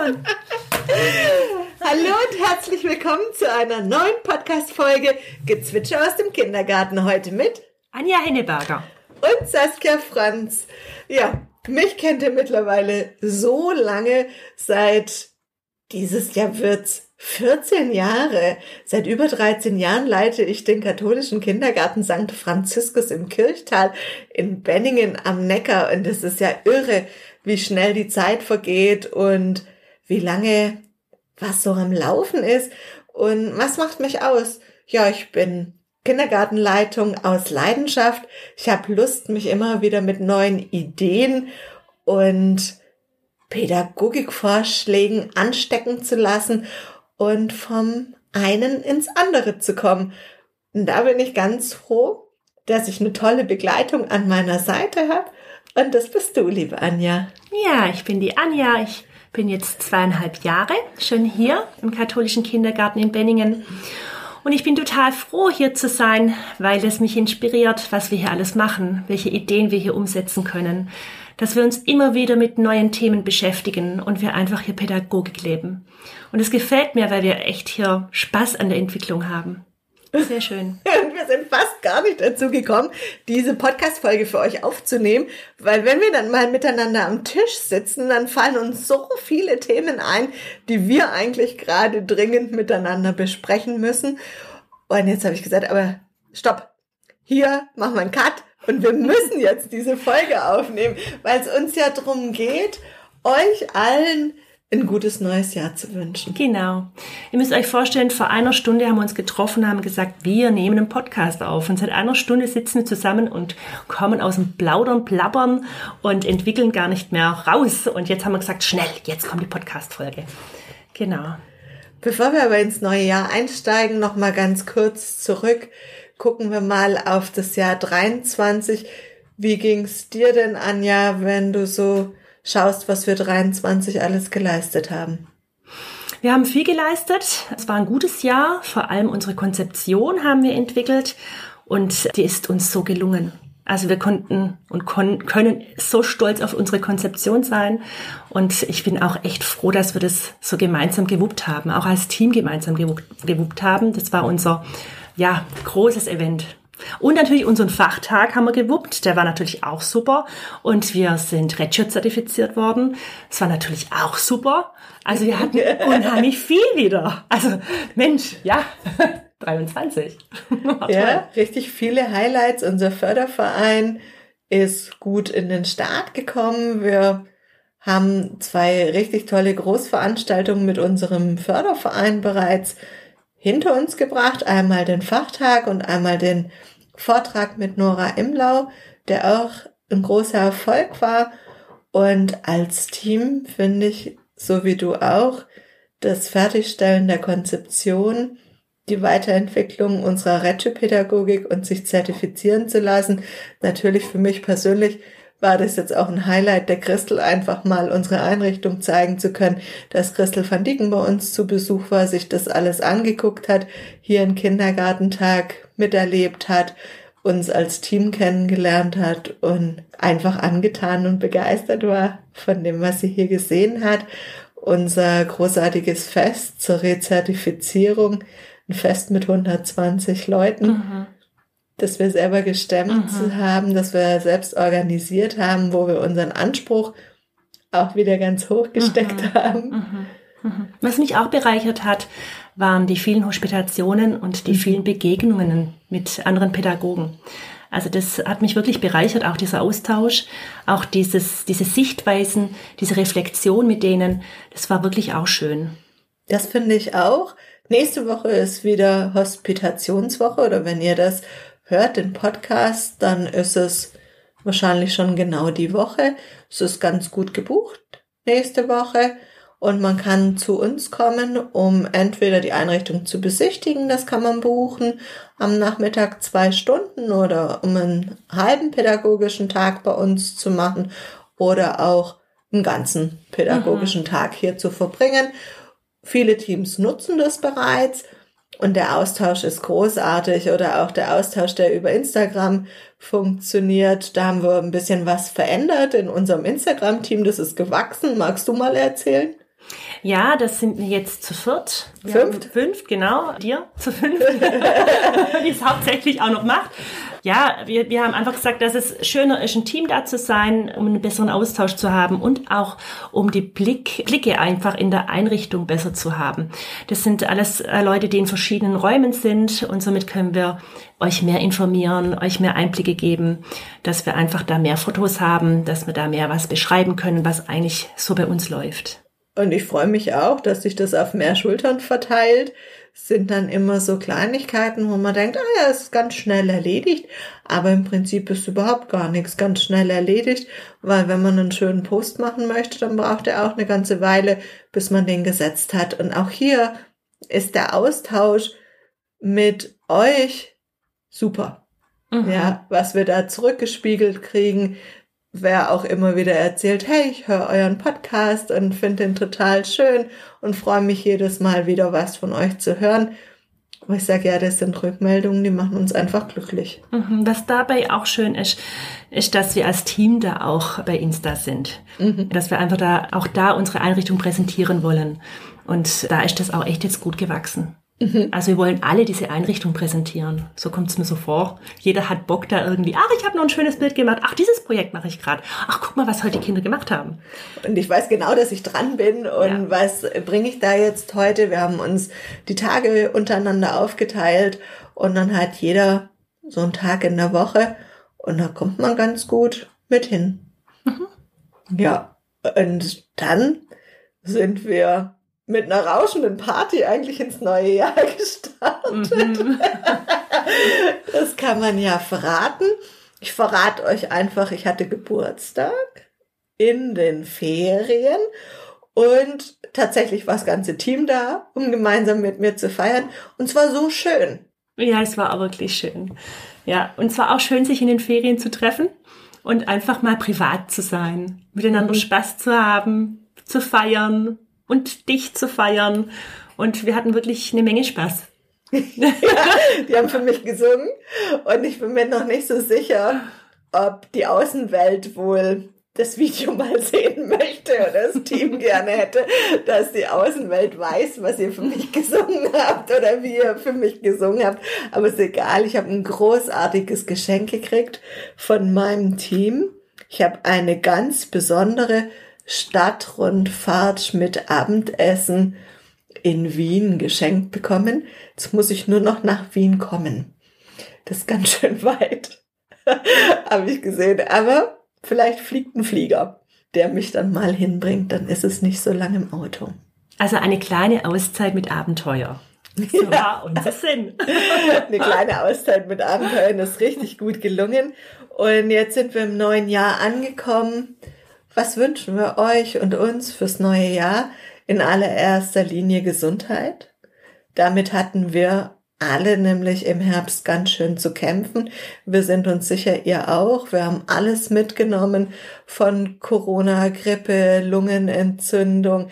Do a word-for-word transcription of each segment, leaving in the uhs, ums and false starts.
Hallo und herzlich willkommen zu einer neuen Podcast-Folge Gezwitscher aus dem Kindergarten. Heute mit Anja Henneberger und Saskia Franz. Ja, mich kennt ihr mittlerweile so lange, seit dieses Jahr wird's vierzehn Jahre. Seit über dreizehn Jahren leite ich den katholischen Kindergarten Sankt Franziskus im Kirchtal in Benningen am Neckar. Und es ist ja irre, wie schnell die Zeit vergeht und wie lange was so am Laufen ist. Und was macht mich aus? Ja, ich bin Kindergartenleitung aus Leidenschaft. Ich habe Lust, mich immer wieder mit neuen Ideen und Pädagogikvorschlägen anstecken zu lassen und vom einen ins andere zu kommen. Und da bin ich ganz froh, dass ich eine tolle Begleitung an meiner Seite habe. Und das bist du, liebe Anja. Ja, ich bin die Anja. Ich bin jetzt zweieinhalb Jahre schon hier im katholischen Kindergarten in Benningen. Und ich bin total froh, hier zu sein, weil es mich inspiriert, was wir hier alles machen, welche Ideen wir hier umsetzen können, dass wir uns immer wieder mit neuen Themen beschäftigen und wir einfach hier Pädagogik leben. Und es gefällt mir, weil wir echt hier Spaß an der Entwicklung haben. Sehr schön. Und wir sind fast gar nicht dazu gekommen, diese Podcast-Folge für euch aufzunehmen, weil wenn wir dann mal miteinander am Tisch sitzen, dann fallen uns so viele Themen ein, die wir eigentlich gerade dringend miteinander besprechen müssen. Und jetzt habe ich gesagt, aber stopp, hier machen wir einen Cut und wir müssen jetzt diese Folge aufnehmen, weil es uns ja darum geht, euch allen ein gutes neues Jahr zu wünschen. Genau. Ihr müsst euch vorstellen, vor einer Stunde haben wir uns getroffen, haben gesagt, wir nehmen einen Podcast auf. Und seit einer Stunde sitzen wir zusammen und kommen aus dem Plaudern, Plappern und entwickeln gar nicht mehr raus. Und jetzt haben wir gesagt, schnell, jetzt kommt die Podcast-Folge. Genau. Bevor wir aber ins neue Jahr einsteigen, noch mal ganz kurz zurück. Gucken wir mal auf das Jahr dreiundzwanzig. Wie ging's dir denn, Anja, wenn du so schaust, was wir dreiundzwanzig alles geleistet haben? Wir haben viel geleistet. Es war ein gutes Jahr. Vor allem unsere Konzeption haben wir entwickelt und die ist uns so gelungen. Also wir konnten und kon- können so stolz auf unsere Konzeption sein und ich bin auch echt froh, dass wir das so gemeinsam gewuppt haben, auch als Team gemeinsam gewuppt, gewuppt haben. Das war unser ja großes Event. Und natürlich unseren Fachtag haben wir gewuppt, der war natürlich auch super und wir sind Redshirt zertifiziert worden, das war natürlich auch super, also wir hatten unheimlich viel wieder, also Mensch, ja, dreiundzwanzig. Ja, richtig viele Highlights, unser Förderverein ist gut in den Start gekommen, wir haben zwei richtig tolle Großveranstaltungen mit unserem Förderverein bereits hinter uns gebracht, einmal den Fachtag und einmal den Vortrag mit Nora Imlau, der auch ein großer Erfolg war. Und als Team finde ich, so wie du auch, das Fertigstellen der Konzeption, die Weiterentwicklung unserer Rettio-Pädagogik und sich zertifizieren zu lassen. Natürlich für mich persönlich war das jetzt auch ein Highlight, der Christel einfach mal unsere Einrichtung zeigen zu können, dass Christel van Dieken bei uns zu Besuch war, sich das alles angeguckt hat, hier einen Kindergartentag miterlebt hat, uns als Team kennengelernt hat und einfach angetan und begeistert war von dem, was sie hier gesehen hat. Unser großartiges Fest zur Rezertifizierung, ein Fest mit hundertzwanzig Leuten, mhm. das wir selber gestemmt mhm. haben, das wir selbst organisiert haben, wo wir unseren Anspruch auch wieder ganz hoch gesteckt mhm. haben. Mhm. Mhm. Was mich auch bereichert hat, waren die vielen Hospitationen und die mhm. vielen Begegnungen mit anderen Pädagogen. Also das hat mich wirklich bereichert, auch dieser Austausch, auch dieses, diese Sichtweisen, diese Reflexion mit denen, das war wirklich auch schön. Das finde ich auch. Nächste Woche ist wieder Hospitationswoche oder wenn ihr das hört, den Podcast, dann ist es wahrscheinlich schon genau die Woche. Es ist ganz gut gebucht nächste Woche und man kann zu uns kommen, um entweder die Einrichtung zu besichtigen, das kann man buchen, am Nachmittag zwei Stunden oder um einen halben pädagogischen Tag bei uns zu machen oder auch einen ganzen pädagogischen mhm. Tag hier zu verbringen. Viele Teams nutzen das bereits und der Austausch ist großartig oder auch der Austausch, der über Instagram funktioniert. Da haben wir ein bisschen was verändert in unserem Instagram-Team. Das ist gewachsen. Magst du mal erzählen? Ja, das sind wir jetzt zu viert. Wir Fünft? Fünf, genau. Dir zu fünf. Die es hauptsächlich auch noch macht. Ja, wir, wir haben einfach gesagt, dass es schöner ist, ein Team da zu sein, um einen besseren Austausch zu haben und auch um die Blick, Blicke einfach in der Einrichtung besser zu haben. Das sind alles Leute, die in verschiedenen Räumen sind und somit können wir euch mehr informieren, euch mehr Einblicke geben, dass wir einfach da mehr Fotos haben, dass wir da mehr was beschreiben können, was eigentlich so bei uns läuft. Und ich freue mich auch, dass sich das auf mehr Schultern verteilt. Es sind dann immer so Kleinigkeiten, wo man denkt, ah ja, es ist ganz schnell erledigt. Aber im Prinzip ist überhaupt gar nichts ganz schnell erledigt, weil wenn man einen schönen Post machen möchte, dann braucht er auch eine ganze Weile, bis man den gesetzt hat. Und auch hier ist der Austausch mit euch super. Mhm. Ja, was wir da zurückgespiegelt kriegen, wer auch immer wieder erzählt, hey, ich höre euren Podcast und finde den total schön und freue mich jedes Mal wieder was von euch zu hören. Und ich sage, ja, das sind Rückmeldungen, die machen uns einfach glücklich. Was dabei auch schön ist, ist, dass wir als Team da auch bei Insta sind. Mhm. Dass wir einfach da auch da unsere Einrichtung präsentieren wollen. Und da ist das auch echt jetzt gut gewachsen. Mhm. Also wir wollen alle diese Einrichtung präsentieren. So kommt es mir so vor. Jeder hat Bock da irgendwie, ach, ich habe noch ein schönes Bild gemacht. Ach, dieses Projekt mache ich gerade. Ach, guck mal, was heute die Kinder gemacht haben. Und ich weiß genau, dass ich dran bin. Und ja. Was bringe ich da jetzt heute? Wir haben uns die Tage untereinander aufgeteilt. Und dann hat jeder so einen Tag in der Woche. Und da kommt man ganz gut mit hin. Mhm. Ja, und dann sind wir mit einer rauschenden Party eigentlich ins neue Jahr gestartet. Mhm. Das kann man ja verraten. Ich verrate euch einfach, ich hatte Geburtstag in den Ferien und tatsächlich war das ganze Team da, um gemeinsam mit mir zu feiern. Und es war so schön. Ja, es war auch wirklich schön. Ja, und es war auch schön, sich in den Ferien zu treffen und einfach mal privat zu sein, miteinander mhm. Spaß zu haben, zu feiern und dich zu feiern. Und wir hatten wirklich eine Menge Spaß. Ja, die haben für mich gesungen. Und ich bin mir noch nicht so sicher, ob die Außenwelt wohl das Video mal sehen möchte oder das Team gerne hätte, dass die Außenwelt weiß, was ihr für mich gesungen habt oder wie ihr für mich gesungen habt. Aber ist egal, ich habe ein großartiges Geschenk gekriegt von meinem Team. Ich habe eine ganz besondere Stadtrundfahrt mit Abendessen in Wien geschenkt bekommen. Jetzt muss ich nur noch nach Wien kommen. Das ist ganz schön weit, habe ich gesehen. Aber vielleicht fliegt ein Flieger, der mich dann mal hinbringt. Dann ist es nicht so lange im Auto. Also eine kleine Auszeit mit Abenteuer. So ja. War unser Sinn. Eine kleine Auszeit mit Abenteuern ist richtig gut gelungen. Und jetzt sind wir im neuen Jahr angekommen. Was wünschen wir euch und uns fürs neue Jahr? In allererster Linie Gesundheit. Damit hatten wir alle nämlich im Herbst ganz schön zu kämpfen. Wir sind uns sicher, ihr auch. Wir haben alles mitgenommen von Corona, Grippe, Lungenentzündung,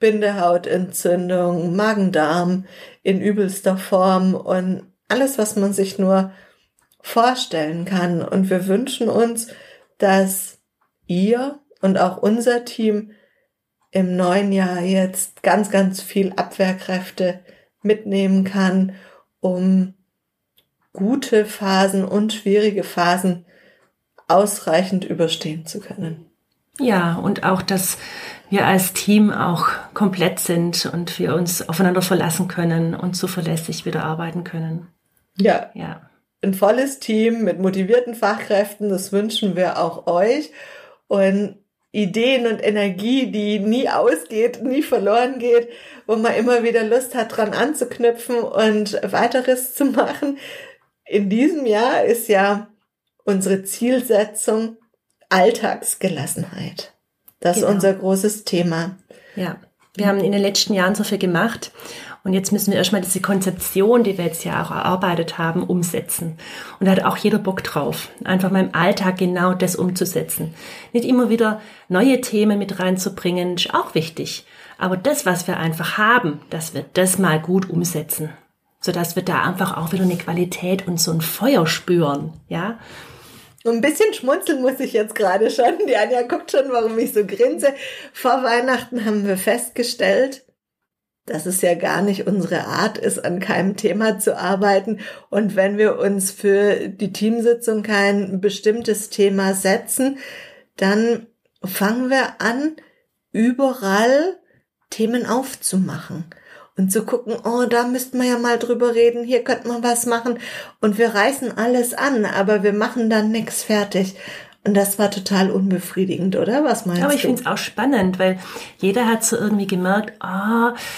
Bindehautentzündung, Magen-Darm in übelster Form und alles, was man sich nur vorstellen kann. Und wir wünschen uns, dass ihr und auch unser Team im neuen Jahr jetzt ganz, ganz viel Abwehrkräfte mitnehmen kann, um gute Phasen und schwierige Phasen ausreichend überstehen zu können. Ja, und auch, dass wir als Team auch komplett sind und wir uns aufeinander verlassen können und zuverlässig wieder arbeiten können. Ja, ja. Ein volles Team mit motivierten Fachkräften, das wünschen wir auch euch. Und Ideen und Energie, die nie ausgeht, nie verloren geht, wo man immer wieder Lust hat, dran anzuknüpfen und weiteres zu machen. In diesem Jahr ist ja unsere Zielsetzung Alltagsgelassenheit. Das genau. ist unser großes Thema. Ja, wir haben in den letzten Jahren so viel gemacht und jetzt müssen wir erstmal diese Konzeption, die wir jetzt ja auch erarbeitet haben, umsetzen. Und da hat auch jeder Bock drauf, einfach mal im Alltag genau das umzusetzen. Nicht immer wieder neue Themen mit reinzubringen, ist auch wichtig. Aber das, was wir einfach haben, dass wir das mal gut umsetzen, sodass wir da einfach auch wieder eine Qualität und so ein Feuer spüren, ja. Ein bisschen schmunzeln muss ich jetzt gerade schon. Die Anja guckt schon, warum ich so grinse. Vor Weihnachten haben wir festgestellt, dass es ja gar nicht unsere Art ist, an keinem Thema zu arbeiten. Und wenn wir uns für die Teamsitzung kein bestimmtes Thema setzen, dann fangen wir an, überall Themen aufzumachen und zu gucken, oh, da müssten wir ja mal drüber reden, hier könnte man was machen. Und wir reißen alles an, aber wir machen dann nichts fertig. Und das war total unbefriedigend, oder? Was meinst du? Aber ich finde es auch spannend, weil jeder hat so irgendwie gemerkt, ah, oh,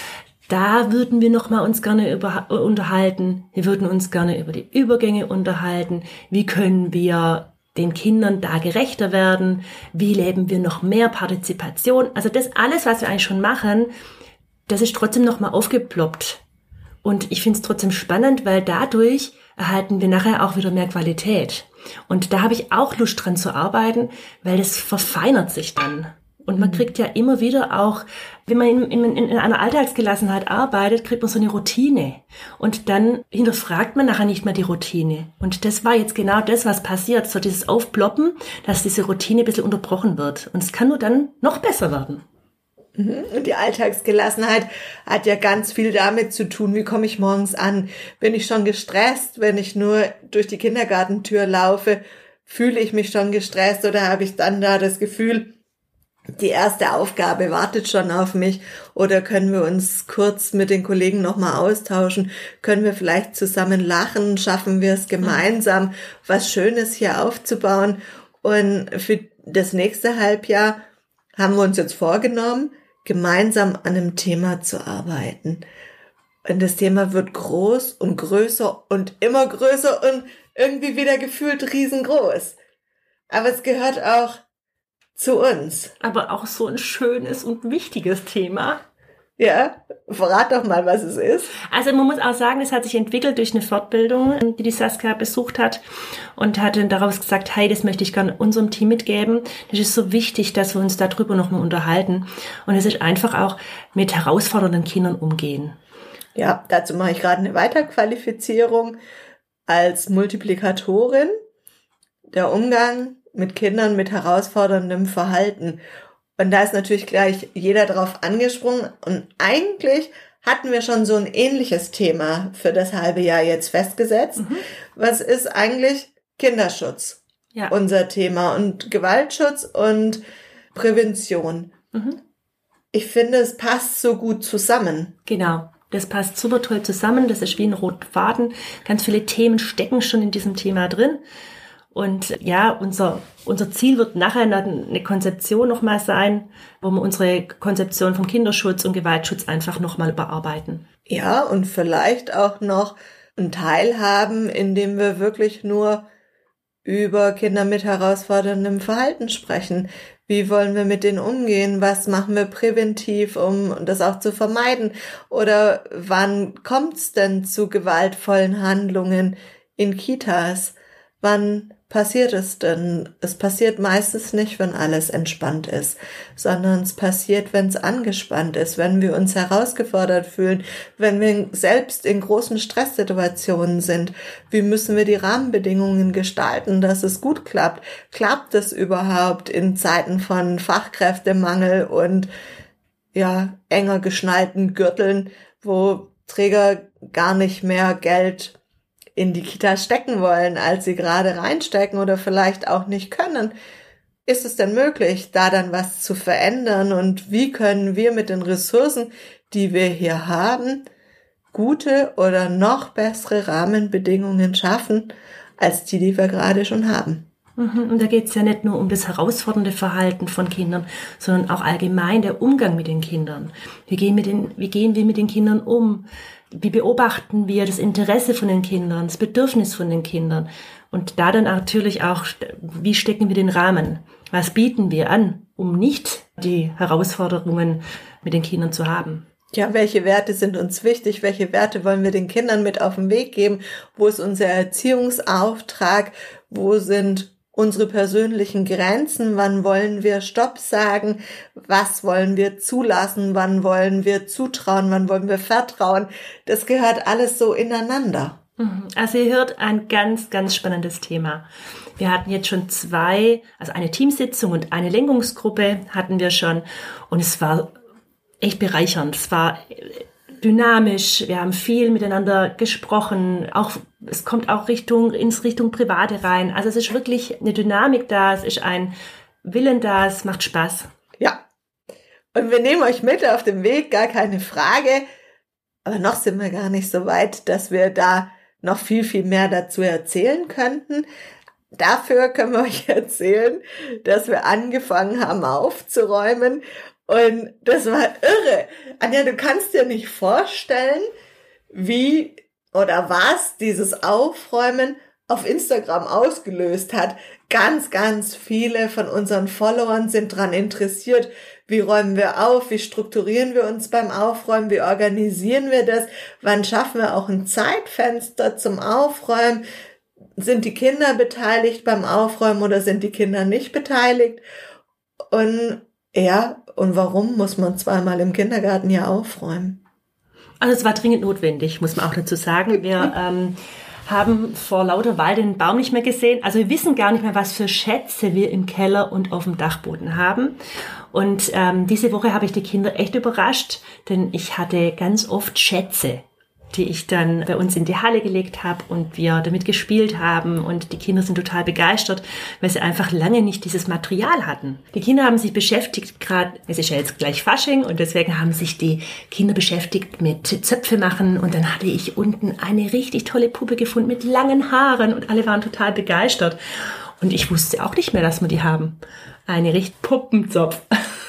da würden wir noch mal uns gerne über, unterhalten. Wir würden uns gerne über die Übergänge unterhalten. Wie können wir den Kindern da gerechter werden? Wie leben wir noch mehr Partizipation? Also das alles, was wir eigentlich schon machen, das ist trotzdem noch mal aufgeploppt. Und ich finde es trotzdem spannend, weil dadurch erhalten wir nachher auch wieder mehr Qualität. Und da habe ich auch Lust dran zu arbeiten, weil das verfeinert sich dann. Und man kriegt ja immer wieder auch, wenn man in, in, in einer Alltagsgelassenheit arbeitet, kriegt man so eine Routine. Und dann hinterfragt man nachher nicht mehr die Routine. Und das war jetzt genau das, was passiert. So dieses Aufploppen, dass diese Routine ein bisschen unterbrochen wird. Und es kann nur dann noch besser werden. Und die Alltagsgelassenheit hat ja ganz viel damit zu tun, wie komme ich morgens an? Bin ich schon gestresst, wenn ich nur durch die Kindergartentür laufe? Fühle ich mich schon gestresst oder habe ich dann da das Gefühl, die erste Aufgabe wartet schon auf mich, oder können wir uns kurz mit den Kollegen nochmal austauschen? Können wir vielleicht zusammen lachen? Schaffen wir es gemeinsam, was Schönes hier aufzubauen? Und für das nächste Halbjahr haben wir uns jetzt vorgenommen, gemeinsam an einem Thema zu arbeiten. Und das Thema wird groß und größer und immer größer und irgendwie wieder gefühlt riesengroß. Aber es gehört auch zu uns. Aber auch so ein schönes und wichtiges Thema. Ja, verrat doch mal, was es ist. Also man muss auch sagen, es hat sich entwickelt durch eine Fortbildung, die die Saskia besucht hat, und hat dann daraus gesagt, hey, das möchte ich gerne unserem Team mitgeben. Das ist so wichtig, dass wir uns darüber nochmal unterhalten. Und es ist einfach auch mit herausfordernden Kindern umgehen. Ja, dazu mache ich gerade eine Weiterqualifizierung als Multiplikatorin. Der Umgang mit Kindern mit herausforderndem Verhalten. Und da ist natürlich gleich jeder drauf angesprungen. Und eigentlich hatten wir schon so ein ähnliches Thema für das halbe Jahr jetzt festgesetzt. Mhm. Was ist eigentlich Kinderschutz? Ja. Unser Thema. Und Gewaltschutz und Prävention. Mhm. Ich finde, es passt so gut zusammen. Genau. Das passt super toll zusammen. Das ist wie ein roter Faden. Ganz viele Themen stecken schon in diesem Thema drin. Und ja, unser, unser Ziel wird nachher eine Konzeption nochmal sein, wo wir unsere Konzeption vom Kinderschutz und Gewaltschutz einfach nochmal überarbeiten. Ja, und vielleicht auch noch einen Teil haben, in dem wir wirklich nur über Kinder mit herausforderndem Verhalten sprechen. Wie wollen wir mit denen umgehen? Was machen wir präventiv, um das auch zu vermeiden? Oder wann kommt es denn zu gewaltvollen Handlungen in Kitas? Wann passiert es denn? Es passiert meistens nicht, wenn alles entspannt ist, sondern es passiert, wenn es angespannt ist, wenn wir uns herausgefordert fühlen, wenn wir selbst in großen Stresssituationen sind. Wie müssen wir die Rahmenbedingungen gestalten, dass es gut klappt? Klappt es überhaupt in Zeiten von Fachkräftemangel und ja, enger geschnallten Gürteln, wo Träger gar nicht mehr Geld in die Kita stecken wollen, als sie gerade reinstecken oder vielleicht auch nicht können? Ist es denn möglich, da dann was zu verändern? Und wie können wir mit den Ressourcen, die wir hier haben, gute oder noch bessere Rahmenbedingungen schaffen, als die, die wir gerade schon haben? Und da geht es ja nicht nur um das herausfordernde Verhalten von Kindern, sondern auch allgemein der Umgang mit den Kindern. Wie gehen, mit den, wie gehen wir mit den Kindern um? Wie beobachten wir das Interesse von den Kindern, das Bedürfnis von den Kindern? Und da dann natürlich auch, wie stecken wir den Rahmen? Was bieten wir an, um nicht die Herausforderungen mit den Kindern zu haben? Ja, welche Werte sind uns wichtig? Welche Werte wollen wir den Kindern mit auf den Weg geben? Wo ist unser Erziehungsauftrag? Wo sind unsere persönlichen Grenzen? Wann wollen wir Stopp sagen? Was wollen wir zulassen? Wann wollen wir zutrauen? Wann wollen wir vertrauen? Das gehört alles so ineinander. Also ihr hört ein ganz, ganz spannendes Thema. Wir hatten jetzt schon zwei, also eine Teamsitzung und eine Lenkungsgruppe hatten wir schon und es war echt bereichernd. Es war dynamisch, wir haben viel miteinander gesprochen, auch es kommt auch Richtung ins Richtung Private rein. Also es ist wirklich eine Dynamik da, es ist ein Willen da, es macht Spaß. Ja, und wir nehmen euch mit auf dem Weg, gar keine Frage, aber noch sind wir gar nicht so weit, dass wir da noch viel, viel mehr dazu erzählen könnten. Dafür können wir euch erzählen, dass wir angefangen haben aufzuräumen und das war irre. Anja, du kannst dir nicht vorstellen, wie oder was dieses Aufräumen auf Instagram ausgelöst hat. Ganz, ganz viele von unseren Followern sind daran interessiert, wie räumen wir auf, wie strukturieren wir uns beim Aufräumen, wie organisieren wir das, wann schaffen wir auch ein Zeitfenster zum Aufräumen, sind die Kinder beteiligt beim Aufräumen oder sind die Kinder nicht beteiligt und ja, und warum muss man zweimal im Kindergarten ja aufräumen? Also es war dringend notwendig, muss man auch dazu sagen. Wir ähm, haben vor lauter Wald den Baum nicht mehr gesehen. Also wir wissen gar nicht mehr, was für Schätze wir im Keller und auf dem Dachboden haben. Und ähm, diese Woche habe ich die Kinder echt überrascht, denn ich hatte ganz oft Schätze, die ich dann bei uns in die Halle gelegt habe und wir damit gespielt haben. Und die Kinder sind total begeistert, weil sie einfach lange nicht dieses Material hatten. Die Kinder haben sich beschäftigt, gerade, es ist ja jetzt gleich Fasching und deswegen haben sich die Kinder beschäftigt mit Zöpfe machen. Und dann hatte ich unten eine richtig tolle Puppe gefunden mit langen Haaren und alle waren total begeistert. Und ich wusste auch nicht mehr, dass wir die haben. Eine richtig Puppenzopf.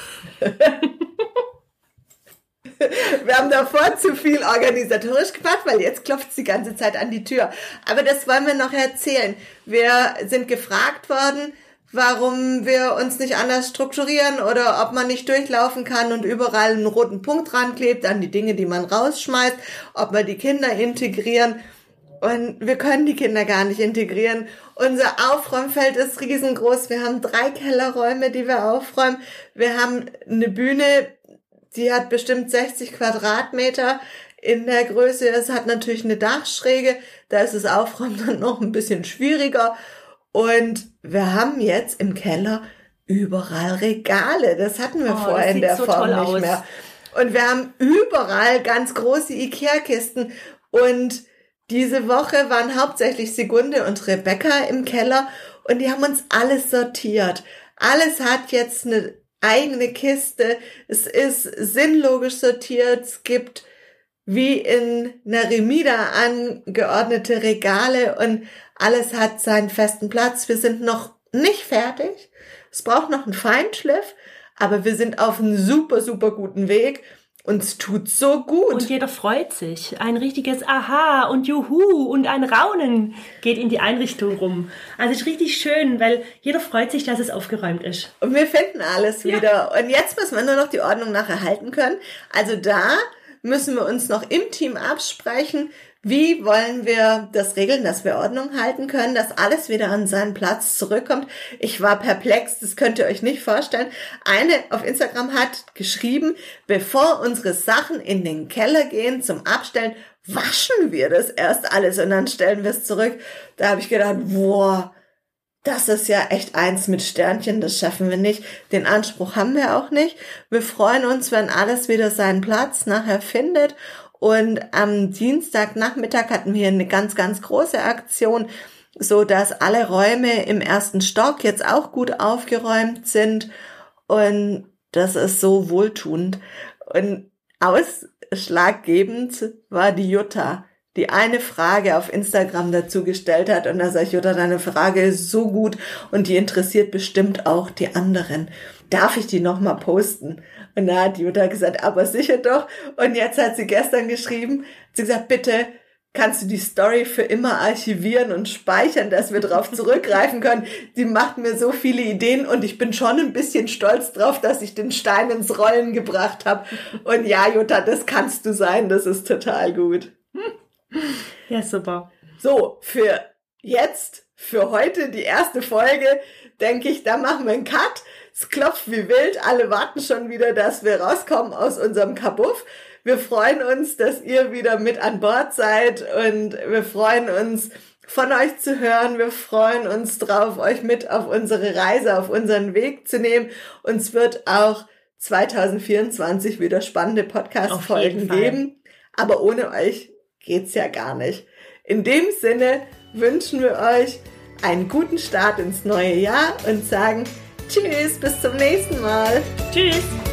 Wir haben davor zu viel organisatorisch gemacht, weil jetzt klopft es die ganze Zeit an die Tür. Aber das wollen wir noch erzählen. Wir sind gefragt worden, warum wir uns nicht anders strukturieren oder ob man nicht durchlaufen kann und überall einen roten Punkt dran klebt an die Dinge, die man rausschmeißt, ob wir die Kinder integrieren. Und wir können die Kinder gar nicht integrieren. Unser Aufräumfeld ist riesengroß. Wir haben drei Kellerräume, die wir aufräumen. Wir haben eine Bühne, die hat bestimmt sechzig Quadratmeter in der Größe. Es hat natürlich eine Dachschräge. Da ist das Aufräumen dann noch ein bisschen schwieriger. Und wir haben jetzt im Keller überall Regale. Das hatten wir oh, vorher in der so Form nicht aus. mehr. Und wir haben überall ganz große Ikea-Kisten. Und diese Woche waren hauptsächlich Sigunde und Rebecca im Keller. Und die haben uns alles sortiert. Alles hat jetzt eine eigene Kiste, es ist sinnlogisch sortiert, es gibt wie in einer Remida angeordnete Regale und alles hat seinen festen Platz. Wir sind noch nicht fertig, es braucht noch einen Feinschliff, aber wir sind auf einem super, super guten Weg. Uns tut so gut. Und jeder freut sich. Ein richtiges Aha und Juhu und ein Raunen geht in die Einrichtung rum. Also es ist richtig schön, weil jeder freut sich, dass es aufgeräumt ist. Und wir finden alles ja. wieder. Und jetzt müssen wir nur noch die Ordnung nachher halten können. Also da müssen wir uns noch im Team absprechen, wie wollen wir das regeln, dass wir Ordnung halten können, dass alles wieder an seinen Platz zurückkommt. Ich war perplex, das könnt ihr euch nicht vorstellen. Eine auf Instagram hat geschrieben, bevor unsere Sachen in den Keller gehen zum Abstellen, waschen wir das erst alles und dann stellen wir es zurück. Da habe ich gedacht, boah, das ist ja echt eins mit Sternchen, das schaffen wir nicht. Den Anspruch haben wir auch nicht. Wir freuen uns, wenn alles wieder seinen Platz nachher findet. Und am Dienstagnachmittag hatten wir eine ganz, ganz große Aktion, so dass alle Räume im ersten Stock jetzt auch gut aufgeräumt sind. Und das ist so wohltuend. Und ausschlaggebend war die Jutta, die eine Frage auf Instagram dazu gestellt hat. Und da sage ich, Jutta, deine Frage ist so gut und die interessiert bestimmt auch die anderen. Darf ich die nochmal posten? Und da hat Jutta gesagt, aber sicher doch. Und jetzt hat sie gestern geschrieben, sie gesagt, bitte kannst du die Story für immer archivieren und speichern, dass wir darauf zurückgreifen können. Sie macht mir so viele Ideen und ich bin schon ein bisschen stolz drauf, dass ich den Stein ins Rollen gebracht habe. Und ja, Jutta, das kannst du sein, das ist total gut. Ja, super. So, für jetzt für heute die erste Folge, denke ich, da machen wir einen Cut. Es klopft wie wild. Alle warten schon wieder, dass wir rauskommen aus unserem Kabuff. Wir freuen uns, dass ihr wieder mit an Bord seid und wir freuen uns, von euch zu hören. Wir freuen uns drauf, euch mit auf unsere Reise, auf unseren Weg zu nehmen. Uns wird auch zwanzig vierundzwanzig wieder spannende Podcast-Folgen geben. Aber ohne euch geht's ja gar nicht. In dem Sinne wünschen wir euch einen guten Start ins neue Jahr und sagen Tschüss, bis zum nächsten Mal. Tschüss.